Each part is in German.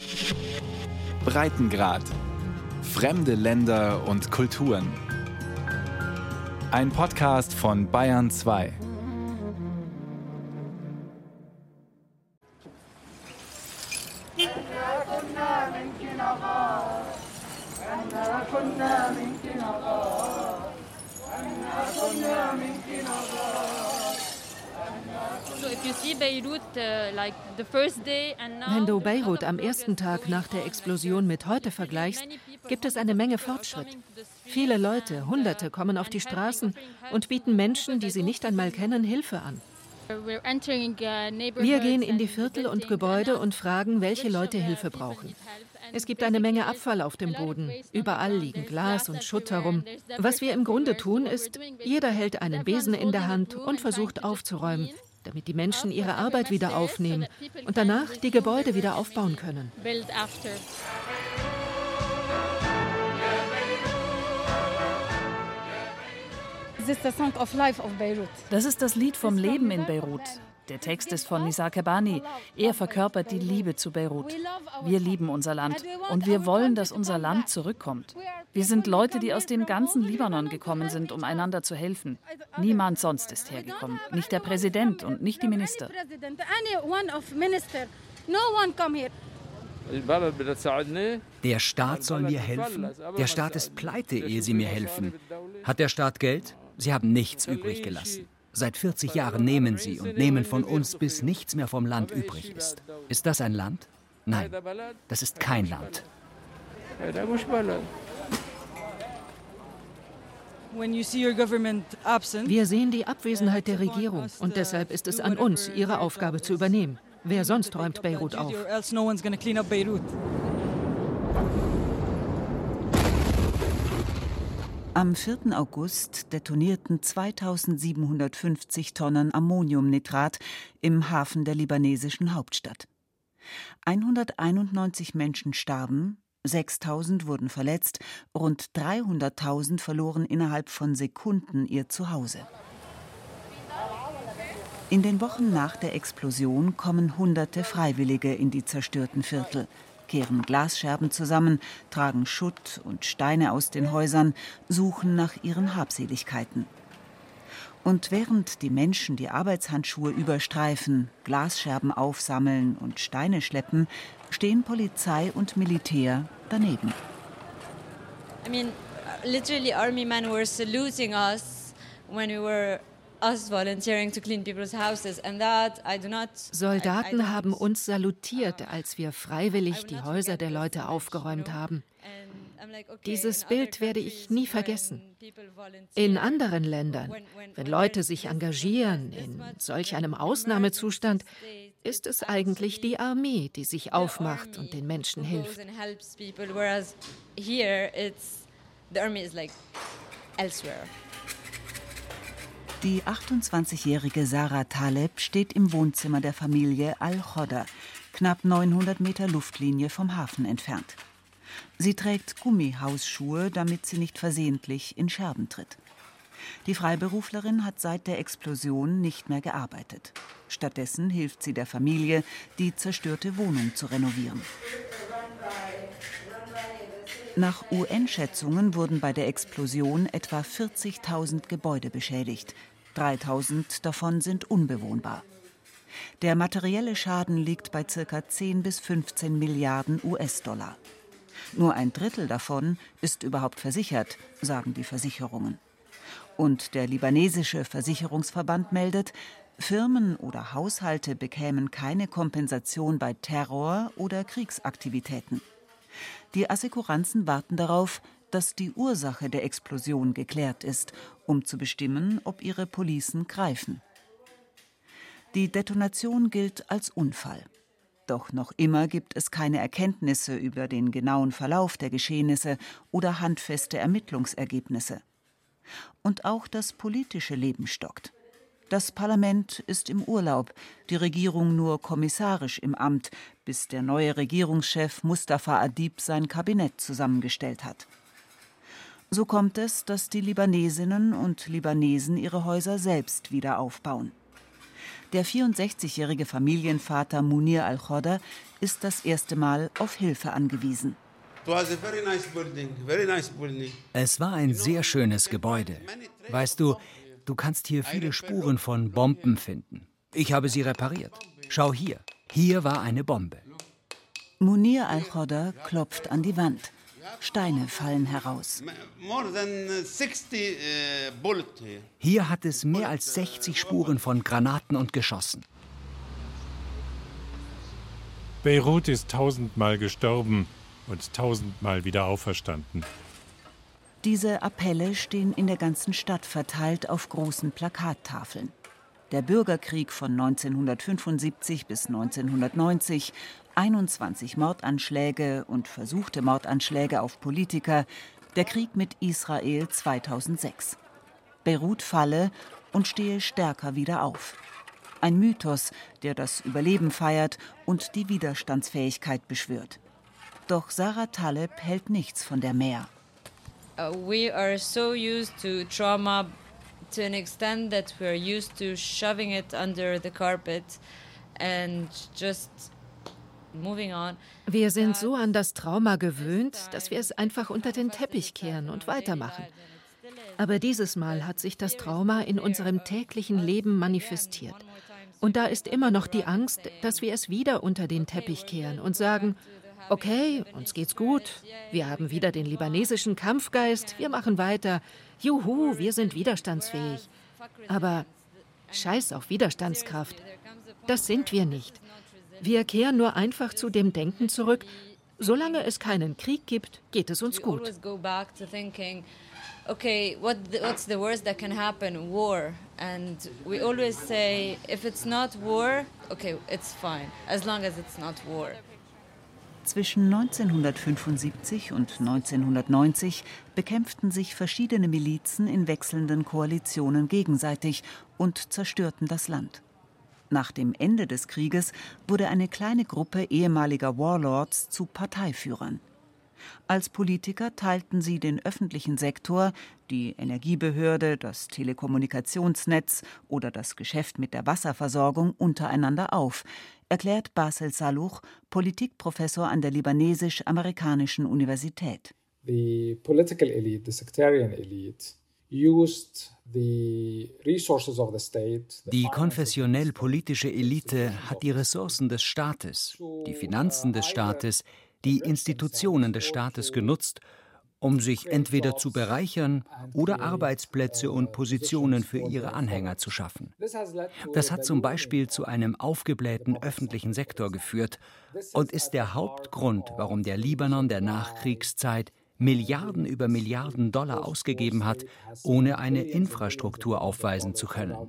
Breitengrad. Fremde Länder und Kulturen. Ein Podcast von Bayern 2. Wenn du Beirut am ersten Tag nach der Explosion mit heute vergleichst, gibt es eine Menge Fortschritt. Viele Leute, Hunderte, kommen auf die Straßen und bieten Menschen, die sie nicht einmal kennen, Hilfe an. Wir gehen in die Viertel und Gebäude und fragen, welche Leute Hilfe brauchen. Es gibt eine Menge Abfall auf dem Boden. Überall liegen Glas und Schutt herum. Was wir im Grunde tun, ist, jeder hält einen Besen in der Hand und versucht aufzuräumen, damit die Menschen ihre Arbeit wieder aufnehmen und danach die Gebäude wieder aufbauen können. Das ist das Lied vom Leben in Beirut. Der Text ist von Nizar Kebani. Er verkörpert die Liebe zu Beirut. Wir lieben unser Land und wir wollen, dass unser Land zurückkommt. Wir sind Leute, die aus dem ganzen Libanon gekommen sind, um einander zu helfen. Niemand sonst ist hergekommen. Nicht der Präsident und nicht die Minister. Der Staat soll mir helfen? Der Staat ist pleite, ehe Sie mir helfen. Hat der Staat Geld? Sie haben nichts übrig gelassen. Seit 40 Jahren nehmen Sie und nehmen von uns, bis nichts mehr vom Land übrig ist. Ist das ein Land? Nein, das ist kein Land. Wir sehen die Abwesenheit der Regierung und deshalb ist es an uns, ihre Aufgabe zu übernehmen. Wer sonst räumt Beirut auf? Am 4. August detonierten 2750 Tonnen Ammoniumnitrat im Hafen der libanesischen Hauptstadt. 191 Menschen starben, 6.000 wurden verletzt, rund 300.000 verloren innerhalb von Sekunden ihr Zuhause. In den Wochen nach der Explosion kommen Hunderte Freiwillige in die zerstörten Viertel, kehren Glasscherben zusammen, tragen Schutt und Steine aus den Häusern, suchen nach ihren Habseligkeiten. Und während die Menschen die Arbeitshandschuhe überstreifen, Glasscherben aufsammeln und Steine schleppen, stehen Polizei und Militär daneben. Literally army men were saluting us when we were volunteering to clean people's houses, and that I do not. Soldaten haben uns salutiert, als wir freiwillig die Häuser der Leute aufgeräumt haben. Dieses Bild werde ich nie vergessen. In anderen Ländern, wenn Leute sich engagieren in solch einem Ausnahmezustand, ist es eigentlich die Armee, die sich aufmacht und den Menschen hilft. Die 28-jährige Sarah Taleb steht im Wohnzimmer der Familie Al-Khodr, knapp 900 Meter Luftlinie vom Hafen entfernt. Sie trägt Gummihausschuhe, damit sie nicht versehentlich in Scherben tritt. Die Freiberuflerin hat seit der Explosion nicht mehr gearbeitet. Stattdessen hilft sie der Familie, die zerstörte Wohnung zu renovieren. Nach UN-Schätzungen wurden bei der Explosion etwa 40.000 Gebäude beschädigt. 3.000 davon sind unbewohnbar. Der materielle Schaden liegt bei ca. 10 bis 15 Milliarden US-Dollar. Nur ein Drittel davon ist überhaupt versichert, sagen die Versicherungen. Und der libanesische Versicherungsverband meldet, Firmen oder Haushalte bekämen keine Kompensation bei Terror- oder Kriegsaktivitäten. Die Assekuranzen warten darauf, dass die Ursache der Explosion geklärt ist, um zu bestimmen, ob ihre Policen greifen. Die Detonation gilt als Unfall. Doch noch immer gibt es keine Erkenntnisse über den genauen Verlauf der Geschehnisse oder handfeste Ermittlungsergebnisse. Und auch das politische Leben stockt. Das Parlament ist im Urlaub, die Regierung nur kommissarisch im Amt, bis der neue Regierungschef Mustafa Adib sein Kabinett zusammengestellt hat. So kommt es, dass die Libanesinnen und Libanesen ihre Häuser selbst wieder aufbauen. Der 64-jährige Familienvater Munir al-Khodr ist das erste Mal auf Hilfe angewiesen. Es war ein sehr schönes Gebäude. Weißt du, du kannst hier viele Spuren von Bomben finden. Ich habe sie repariert. Schau hier. Hier war eine Bombe. Munir al-Khodr klopft an die Wand. Steine fallen heraus. Hier hat es mehr als 60 Spuren von Granaten und Geschossen. Beirut ist 1000-mal gestorben und 1000-mal wieder auferstanden. Diese Appelle stehen in der ganzen Stadt verteilt auf großen Plakattafeln. Der Bürgerkrieg von 1975 bis 1990, 21 Mordanschläge und versuchte Mordanschläge auf Politiker, der Krieg mit Israel 2006. Beirut falle und stehe stärker wieder auf. Ein Mythos, der das Überleben feiert und die Widerstandsfähigkeit beschwört. Doch Sarah Taleb hält nichts von der Mär. We are so used to trauma to an extent that we're used to shoving it under the carpet and just moving on. Wir sind so an das Trauma gewöhnt, dass wir es einfach unter den Teppich kehren und weitermachen. Aber dieses Mal hat sich das Trauma in unserem täglichen Leben manifestiert. Und da ist immer noch die Angst, dass wir es wieder unter den Teppich kehren und sagen, okay, uns geht's gut, wir haben wieder den libanesischen Kampfgeist, wir machen weiter, juhu, wir sind widerstandsfähig. Aber scheiß auf Widerstandskraft, das sind wir nicht. Wir kehren nur einfach zu dem Denken zurück, solange es keinen Krieg gibt, geht es uns gut. Okay, what's the worst that can happen? War. And we always say, if it's not war, okay, it's fine, as long as it's not war. Zwischen 1975 und 1990 bekämpften sich verschiedene Milizen in wechselnden Koalitionen gegenseitig und zerstörten das Land. Nach dem Ende des Krieges wurde eine kleine Gruppe ehemaliger Warlords zu Parteiführern. Als Politiker teilten sie den öffentlichen Sektor, die Energiebehörde, das Telekommunikationsnetz oder das Geschäft mit der Wasserversorgung untereinander auf, erklärt Basel Saluch, Politikprofessor an der libanesisch-amerikanischen Universität. The political elite, the sectarian elite, used the resources of the state. Die konfessionell-politische Elite hat die Ressourcen des Staates, die Finanzen des Staates, die Institutionen des Staates genutzt, um sich entweder zu bereichern oder Arbeitsplätze und Positionen für ihre Anhänger zu schaffen. Das hat zum Beispiel zu einem aufgeblähten öffentlichen Sektor geführt und ist der Hauptgrund, warum der Libanon der Nachkriegszeit Milliarden über Milliarden Dollar ausgegeben hat, ohne eine Infrastruktur aufweisen zu können.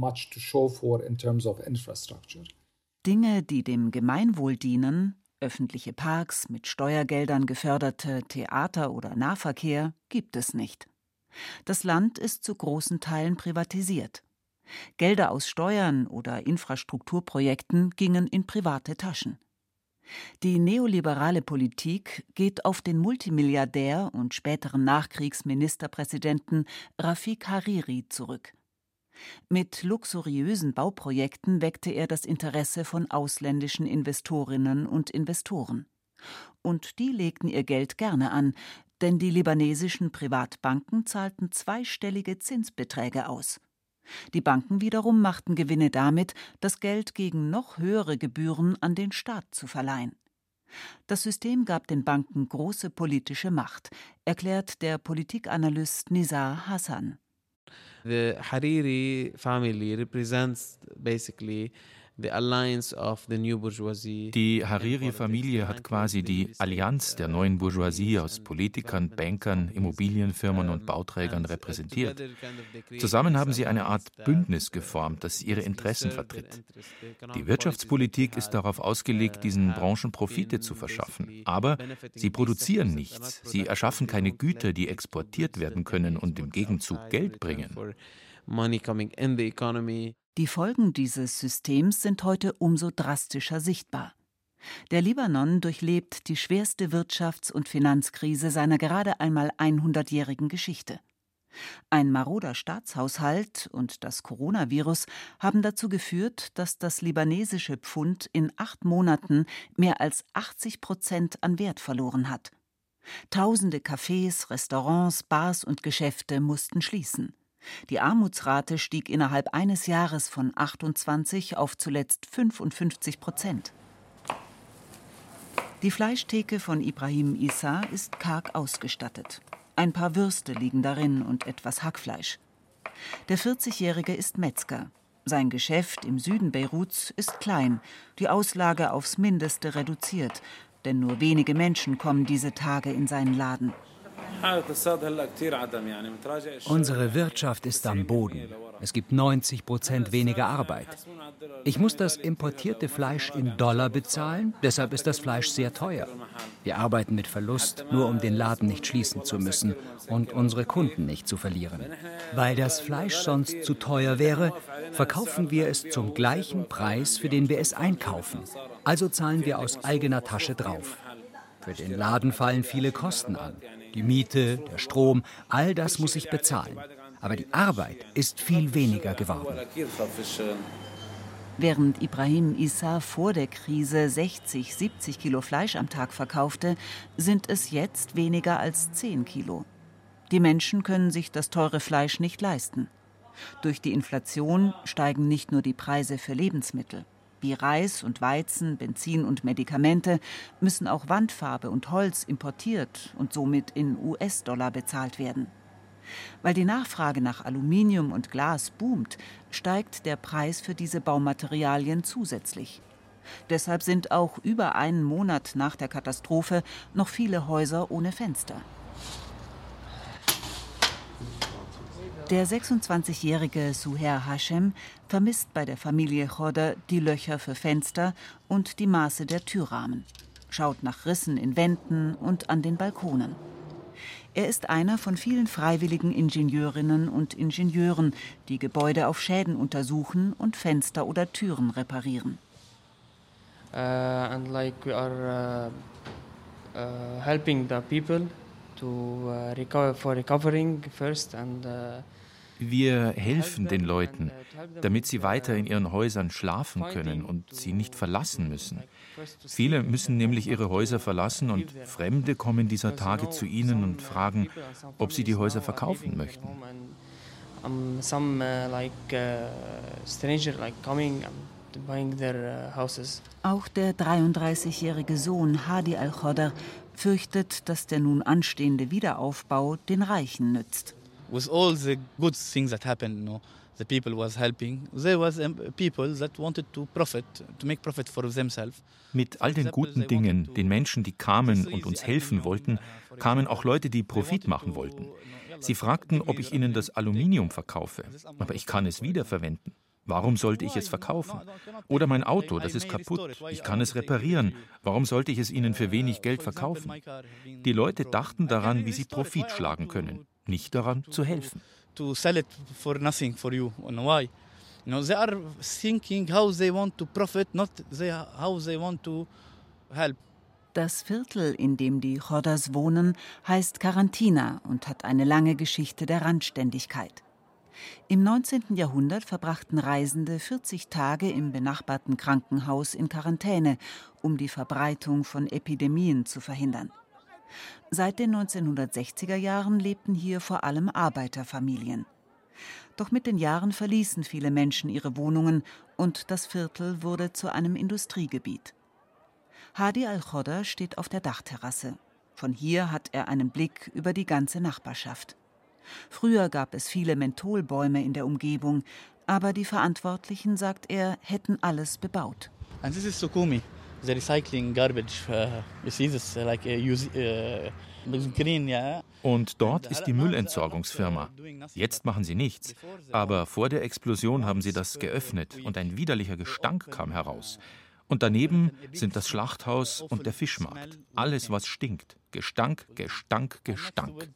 Dinge, die dem Gemeinwohl dienen, öffentliche Parks, mit Steuergeldern geförderte Theater oder Nahverkehr, gibt es nicht. Das Land ist zu großen Teilen privatisiert. Gelder aus Steuern oder Infrastrukturprojekten gingen in private Taschen. Die neoliberale Politik geht auf den Multimilliardär und späteren Nachkriegsministerpräsidenten Rafik Hariri zurück. Mit luxuriösen Bauprojekten weckte er das Interesse von ausländischen Investorinnen und Investoren. Und die legten ihr Geld gerne an, denn die libanesischen Privatbanken zahlten zweistellige Zinsbeträge aus. Die Banken wiederum machten Gewinne damit, das Geld gegen noch höhere Gebühren an den Staat zu verleihen. Das System gab den Banken große politische Macht, erklärt der Politikanalyst Nizar Hassan. The Hariri family represents basically the alliance of the new bourgeoisie. Die Hariri-Familie hat quasi die Allianz der neuen Bourgeoisie aus Politikern, Bankern, Immobilienfirmen und Bauträgern repräsentiert. Zusammen haben sie eine Art Bündnis geformt, das ihre Interessen vertritt. Die Wirtschaftspolitik ist darauf ausgelegt, diesen Branchen Profite zu verschaffen. Aber sie produzieren nichts. Sie erschaffen keine Güter, die exportiert werden können und im Gegenzug Geld bringen. Die Folgen dieses Systems sind heute umso drastischer sichtbar. Der Libanon durchlebt die schwerste Wirtschafts- und Finanzkrise seiner gerade einmal 100-jährigen Geschichte. Ein maroder Staatshaushalt und das Coronavirus haben dazu geführt, dass das libanesische Pfund in 8 Monaten mehr als 80% an Wert verloren hat. Tausende Cafés, Restaurants, Bars und Geschäfte mussten schließen. Die Armutsrate stieg innerhalb eines Jahres von 28 auf zuletzt 55%. Die Fleischtheke von Ibrahim Issa ist karg ausgestattet. Ein paar Würste liegen darin und etwas Hackfleisch. Der 40-Jährige ist Metzger. Sein Geschäft im Süden Beiruts ist klein, die Auslage aufs Mindeste reduziert, denn nur wenige Menschen kommen diese Tage in seinen Laden. Unsere Wirtschaft ist am Boden. Es gibt 90% weniger Arbeit. Ich muss das importierte Fleisch in Dollar bezahlen, deshalb ist das Fleisch sehr teuer. Wir arbeiten mit Verlust, nur um den Laden nicht schließen zu müssen und unsere Kunden nicht zu verlieren. Weil das Fleisch sonst zu teuer wäre, verkaufen wir es zum gleichen Preis, für den wir es einkaufen. Also zahlen wir aus eigener Tasche drauf. Für den Laden fallen viele Kosten an. Die Miete, der Strom, all das muss ich bezahlen. Aber die Arbeit ist viel weniger geworden. Während Ibrahim Issa vor der Krise 60, 70 Kilo Fleisch am Tag verkaufte, sind es jetzt weniger als 10 Kilo. Die Menschen können sich das teure Fleisch nicht leisten. Durch die Inflation steigen nicht nur die Preise für Lebensmittel. Wie Reis und Weizen, Benzin und Medikamente müssen auch Wandfarbe und Holz importiert und somit in US-Dollar bezahlt werden. Weil die Nachfrage nach Aluminium und Glas boomt, steigt der Preis für diese Baumaterialien zusätzlich. Deshalb sind auch über einen Monat nach der Katastrophe noch viele Häuser ohne Fenster. Der 26-jährige Suher Hashem vermisst bei der Familie Chodar die Löcher für Fenster und die Maße der Türrahmen, schaut nach Rissen in Wänden und an den Balkonen. Er ist einer von vielen freiwilligen Ingenieurinnen und Ingenieuren, die Gebäude auf Schäden untersuchen und Fenster oder Türen reparieren. And like we are helping the people to recovering first and Wir helfen den Leuten, damit sie weiter in ihren Häusern schlafen können und sie nicht verlassen müssen. Viele müssen nämlich ihre Häuser verlassen und Fremde kommen dieser Tage zu ihnen und fragen, ob sie die Häuser verkaufen möchten. Auch der 33-jährige Sohn Hadi al-Chodar fürchtet, dass der nun anstehende Wiederaufbau den Reichen nützt. With all the good things that happened, the people was helping. There was people that wanted to make profit for themselves. Mit all den guten Dingen, den Menschen, die kamen und uns helfen wollten, kamen auch Leute, die Profit machen wollten. Sie fragten, ob ich ihnen das Aluminium verkaufe, aber ich kann es wiederverwenden. Warum sollte ich es verkaufen? Oder mein Auto, das ist kaputt. Ich kann es reparieren. Warum sollte ich es ihnen für wenig Geld verkaufen? Die Leute dachten daran, wie sie Profit schlagen können, nicht daran, zu helfen. To sell it for nothing for you. And why? They are thinking how they want to profit, not how they want to help. Das Viertel, in dem die Chodars wohnen, heißt Karantina und hat eine lange Geschichte der Randständigkeit. Im 19. Jahrhundert verbrachten Reisende 40 Tage im benachbarten Krankenhaus in Quarantäne, um die Verbreitung von Epidemien zu verhindern. Seit den 1960er Jahren lebten hier vor allem Arbeiterfamilien. Doch mit den Jahren verließen viele Menschen ihre Wohnungen und das Viertel wurde zu einem Industriegebiet. Hadi al-Chodar steht auf der Dachterrasse. Von hier hat er einen Blick über die ganze Nachbarschaft. Früher gab es viele Mentholbäume in der Umgebung, aber die Verantwortlichen, sagt er, hätten alles bebaut. And this is Sukumi, the recycling garbage. You see this like green, yeah. Und dort ist die Müllentsorgungsfirma. Jetzt machen sie nichts, aber vor der Explosion haben sie das geöffnet und ein widerlicher Gestank kam heraus. Und daneben sind das Schlachthaus und der Fischmarkt. Alles, was stinkt. Gestank, Gestank, Gestank.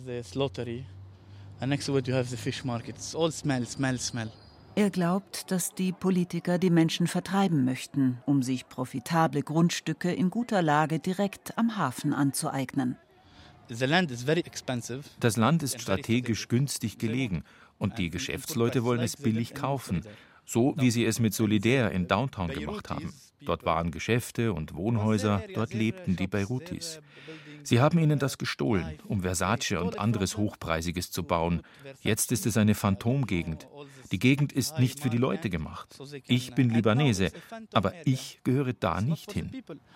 Er glaubt, dass die Politiker die Menschen vertreiben möchten, um sich profitable Grundstücke in guter Lage direkt am Hafen anzueignen. Das Land ist strategisch günstig gelegen und die Geschäftsleute wollen es billig kaufen, so wie sie es mit Solidaire in Downtown gemacht haben. Dort waren Geschäfte und Wohnhäuser, dort lebten die Beirutis. Sie haben ihnen das gestohlen, um Versace und anderes Hochpreisiges zu bauen. Jetzt ist es eine Phantomgegend. Die Gegend ist nicht für die Leute gemacht. Ich bin Libanese, aber ich gehöre da nicht hin.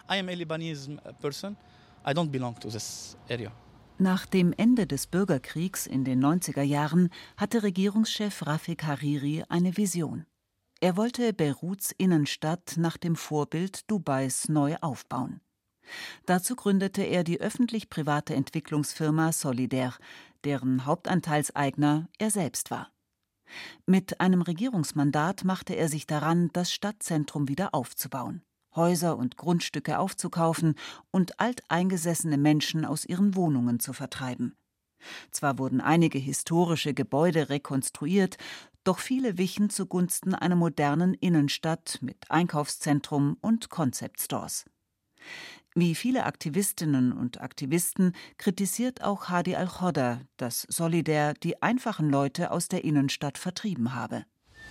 Nach dem Ende des Bürgerkriegs in den 90er Jahren hatte Regierungschef Rafik Hariri eine Vision. Er wollte Beiruts Innenstadt nach dem Vorbild Dubais neu aufbauen. Dazu gründete er die öffentlich-private Entwicklungsfirma Solidaire, deren Hauptanteilseigner er selbst war. Mit einem Regierungsmandat machte er sich daran, das Stadtzentrum wieder aufzubauen, Häuser und Grundstücke aufzukaufen und alteingesessene Menschen aus ihren Wohnungen zu vertreiben. Zwar wurden einige historische Gebäude rekonstruiert, doch viele wichen zugunsten einer modernen Innenstadt mit Einkaufszentrum und Concept-Stores. Wie viele Aktivistinnen und Aktivisten kritisiert auch Hadi Al-Khodr, dass Solidaire die einfachen Leute aus der Innenstadt vertrieben habe.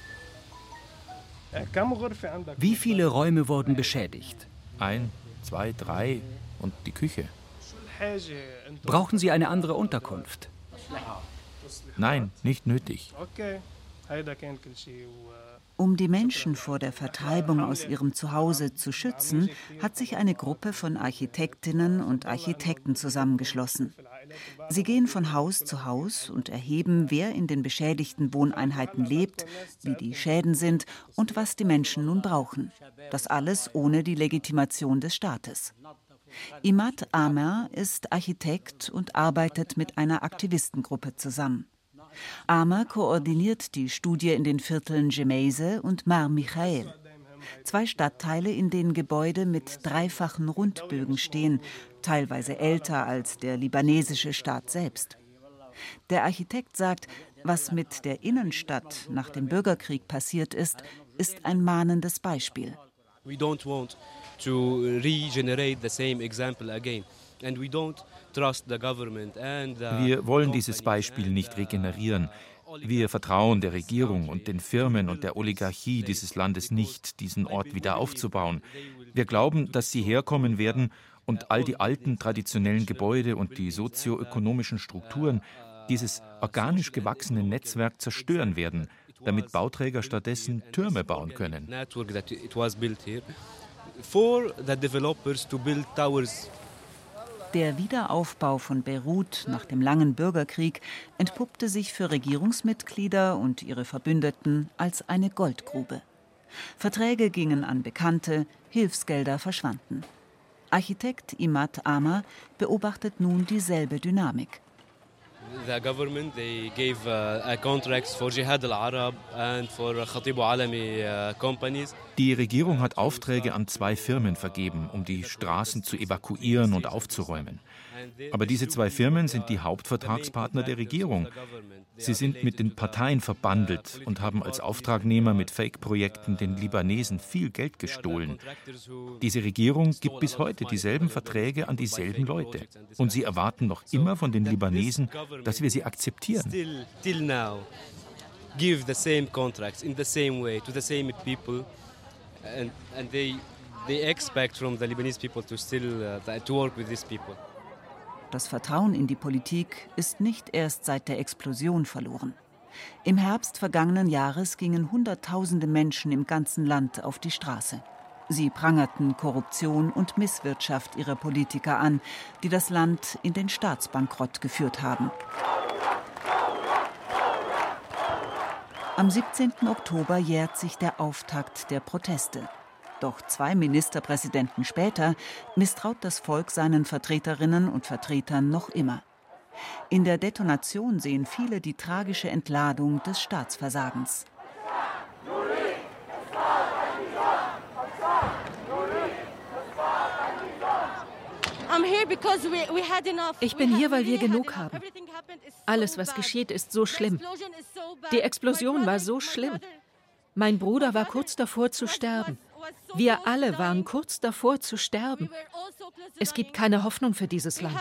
Wie viele Räume wurden beschädigt? 1, 2, 3 und die Küche. Brauchen Sie eine andere Unterkunft? Nein, nicht nötig. Um die Menschen vor der Vertreibung aus ihrem Zuhause zu schützen, hat sich eine Gruppe von Architektinnen und Architekten zusammengeschlossen. Sie gehen von Haus zu Haus und erheben, wer in den beschädigten Wohneinheiten lebt, wie die Schäden sind und was die Menschen nun brauchen. Das alles ohne die Legitimation des Staates. Imad Amer ist Architekt und arbeitet mit einer Aktivistengruppe zusammen. Amer koordiniert die Studie in den Vierteln Gemeise und Mar Michael. 2 Stadtteile, in denen Gebäude mit dreifachen Rundbögen stehen, teilweise älter als der libanesische Staat selbst. Der Architekt sagt, was mit der Innenstadt nach dem Bürgerkrieg passiert ist ein mahnendes Beispiel. We don't want to regenerate the same example again. And we don't trust the government and Wir wollen dieses Beispiel nicht regenerieren. Wir vertrauen der Regierung und den Firmen und der Oligarchie dieses Landes nicht, diesen Ort wieder aufzubauen. Wir glauben, dass sie herkommen werden und all die alten traditionellen Gebäude und die sozioökonomischen Strukturen, dieses organisch gewachsene Netzwerk zerstören werden, damit Bauträger stattdessen Türme bauen können. Der Wiederaufbau von Beirut nach dem langen Bürgerkrieg entpuppte sich für Regierungsmitglieder und ihre Verbündeten als eine Goldgrube. Verträge gingen an Bekannte, Hilfsgelder verschwanden. Architekt Imad Amer beobachtet nun dieselbe Dynamik. The government they gave contracts for Jihad al-Arab and for Khatib al-Alami companies. Die Regierung hat Aufträge an 2 Firmen vergeben, um die Straßen zu evakuieren und aufzuräumen. Aber diese 2 Firmen sind die Hauptvertragspartner der Regierung. Sie sind mit den Parteien verbandelt und haben als Auftragnehmer mit Fake-Projekten den Libanesen viel Geld gestohlen. Diese Regierung gibt bis heute dieselben Verträge an dieselben Leute. Und sie erwarten noch immer von den Libanesen, dass wir sie akzeptieren. Till now, give the same contracts in the same way to the same people, and they expect from the Lebanese people to still to work with these people. Das Vertrauen in die Politik ist nicht erst seit der Explosion verloren. Im Herbst vergangenen Jahres gingen Hunderttausende Menschen im ganzen Land auf die Straße. Sie prangerten Korruption und Misswirtschaft ihrer Politiker an, die das Land in den Staatsbankrott geführt haben. Am 17. Oktober jährt sich der Auftakt der Proteste. Doch 2 Ministerpräsidenten später misstraut das Volk seinen Vertreterinnen und Vertretern noch immer. In der Detonation sehen viele die tragische Entladung des Staatsversagens. Ich bin hier, weil wir genug haben. Alles, was geschieht, ist so schlimm. Die Explosion war so schlimm. Mein Bruder war kurz davor zu sterben. Wir alle waren kurz davor zu sterben. Es gibt keine Hoffnung für dieses Land.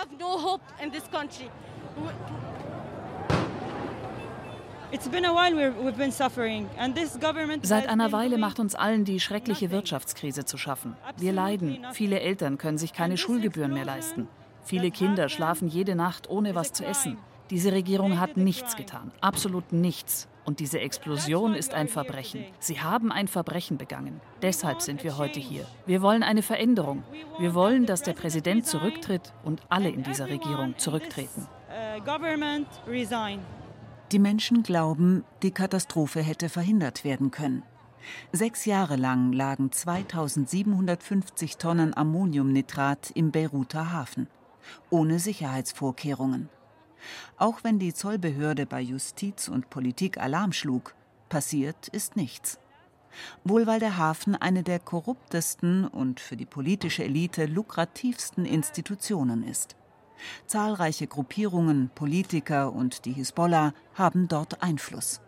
Seit einer Weile macht uns allen die schreckliche Wirtschaftskrise zu schaffen. Wir leiden. Viele Eltern können sich keine Schulgebühren mehr leisten. Viele Kinder schlafen jede Nacht ohne was zu essen. Diese Regierung hat nichts getan, absolut nichts. Und diese Explosion ist ein Verbrechen. Sie haben ein Verbrechen begangen. Deshalb sind wir heute hier. Wir wollen eine Veränderung. Wir wollen, dass der Präsident zurücktritt und alle in dieser Regierung zurücktreten. Die Menschen glauben, die Katastrophe hätte verhindert werden können. 6 Jahre lang lagen 2750 Tonnen Ammoniumnitrat im Beiruter Hafen, ohne Sicherheitsvorkehrungen. Auch wenn die Zollbehörde bei Justiz und Politik Alarm schlug, passiert ist nichts. Wohl weil der Hafen eine der korruptesten und für die politische Elite lukrativsten Institutionen ist. Zahlreiche Gruppierungen, Politiker und die Hisbollah haben dort Einfluss.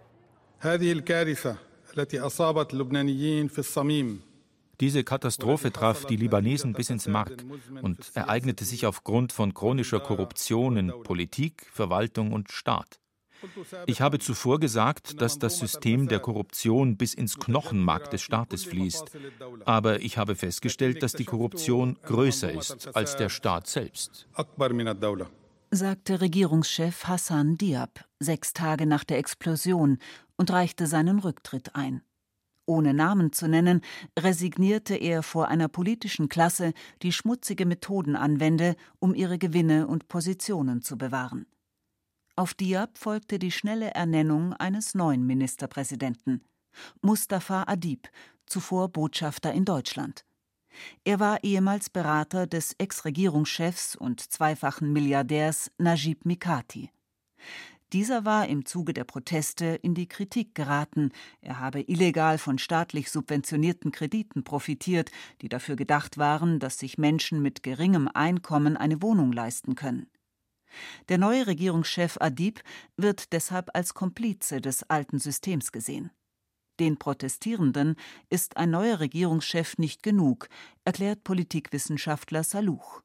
Diese Katastrophe traf die Libanesen bis ins Mark und ereignete sich aufgrund von chronischer Korruption in Politik, Verwaltung und Staat. Ich habe zuvor gesagt, dass das System der Korruption bis ins Knochenmark des Staates fließt. Aber ich habe festgestellt, dass die Korruption größer ist als der Staat selbst, sagte Regierungschef Hassan Diab 6 Tage nach der Explosion und reichte seinen Rücktritt ein. Ohne Namen zu nennen, resignierte er vor einer politischen Klasse, die schmutzige Methoden anwende, um ihre Gewinne und Positionen zu bewahren. Auf Diab folgte die schnelle Ernennung eines neuen Ministerpräsidenten, Mustafa Adib, zuvor Botschafter in Deutschland. Er war ehemals Berater des Ex-Regierungschefs und zweifachen Milliardärs Najib Mikati. Dieser war im Zuge der Proteste in die Kritik geraten. Er habe illegal von staatlich subventionierten Krediten profitiert, die dafür gedacht waren, dass sich Menschen mit geringem Einkommen eine Wohnung leisten können. Der neue Regierungschef Adib wird deshalb als Komplize des alten Systems gesehen. Den Protestierenden ist ein neuer Regierungschef nicht genug, erklärt Politikwissenschaftler Saluch.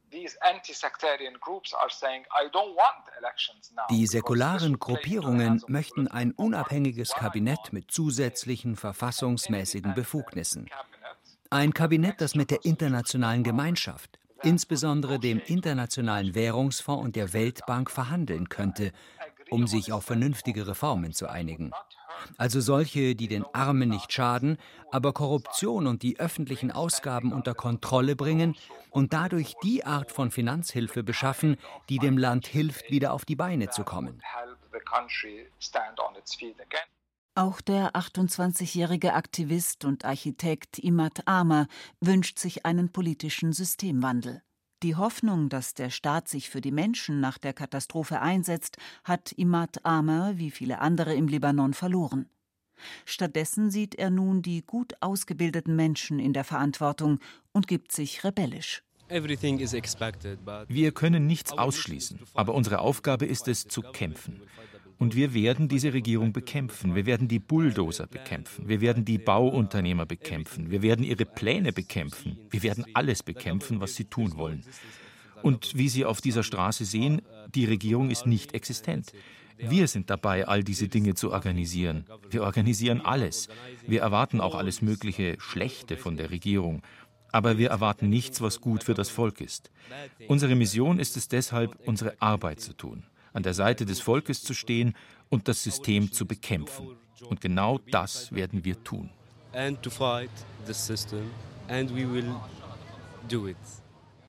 Die säkularen Gruppierungen möchten ein unabhängiges Kabinett mit zusätzlichen verfassungsmäßigen Befugnissen. Ein Kabinett, das mit der internationalen Gemeinschaft, insbesondere dem Internationalen Währungsfonds und der Weltbank, verhandeln könnte, um sich auf vernünftige Reformen zu einigen. Also solche, die den Armen nicht schaden, aber Korruption und die öffentlichen Ausgaben unter Kontrolle bringen und dadurch die Art von Finanzhilfe beschaffen, die dem Land hilft, wieder auf die Beine zu kommen. Auch der 28-jährige Aktivist und Architekt Imad Amer wünscht sich einen politischen Systemwandel. Die Hoffnung, dass der Staat sich für die Menschen nach der Katastrophe einsetzt, hat Imad Amer wie viele andere im Libanon verloren. Stattdessen sieht er nun die gut ausgebildeten Menschen in der Verantwortung und gibt sich rebellisch. Wir können nichts ausschließen, aber unsere Aufgabe ist es, zu kämpfen. Und wir werden diese Regierung bekämpfen. Wir werden die Bulldozer bekämpfen. Wir werden die Bauunternehmer bekämpfen. Wir werden ihre Pläne bekämpfen. Wir werden alles bekämpfen, was sie tun wollen. Und wie Sie auf dieser Straße sehen, die Regierung ist nicht existent. Wir sind dabei, all diese Dinge zu organisieren. Wir organisieren alles. Wir erwarten auch alles mögliche Schlechte von der Regierung. Aber wir erwarten nichts, was gut für das Volk ist. Unsere Mission ist es deshalb, unsere Arbeit zu tun, an der Seite des Volkes zu stehen und das System zu bekämpfen. Und genau das werden wir tun. And to fight the system, and we will do it.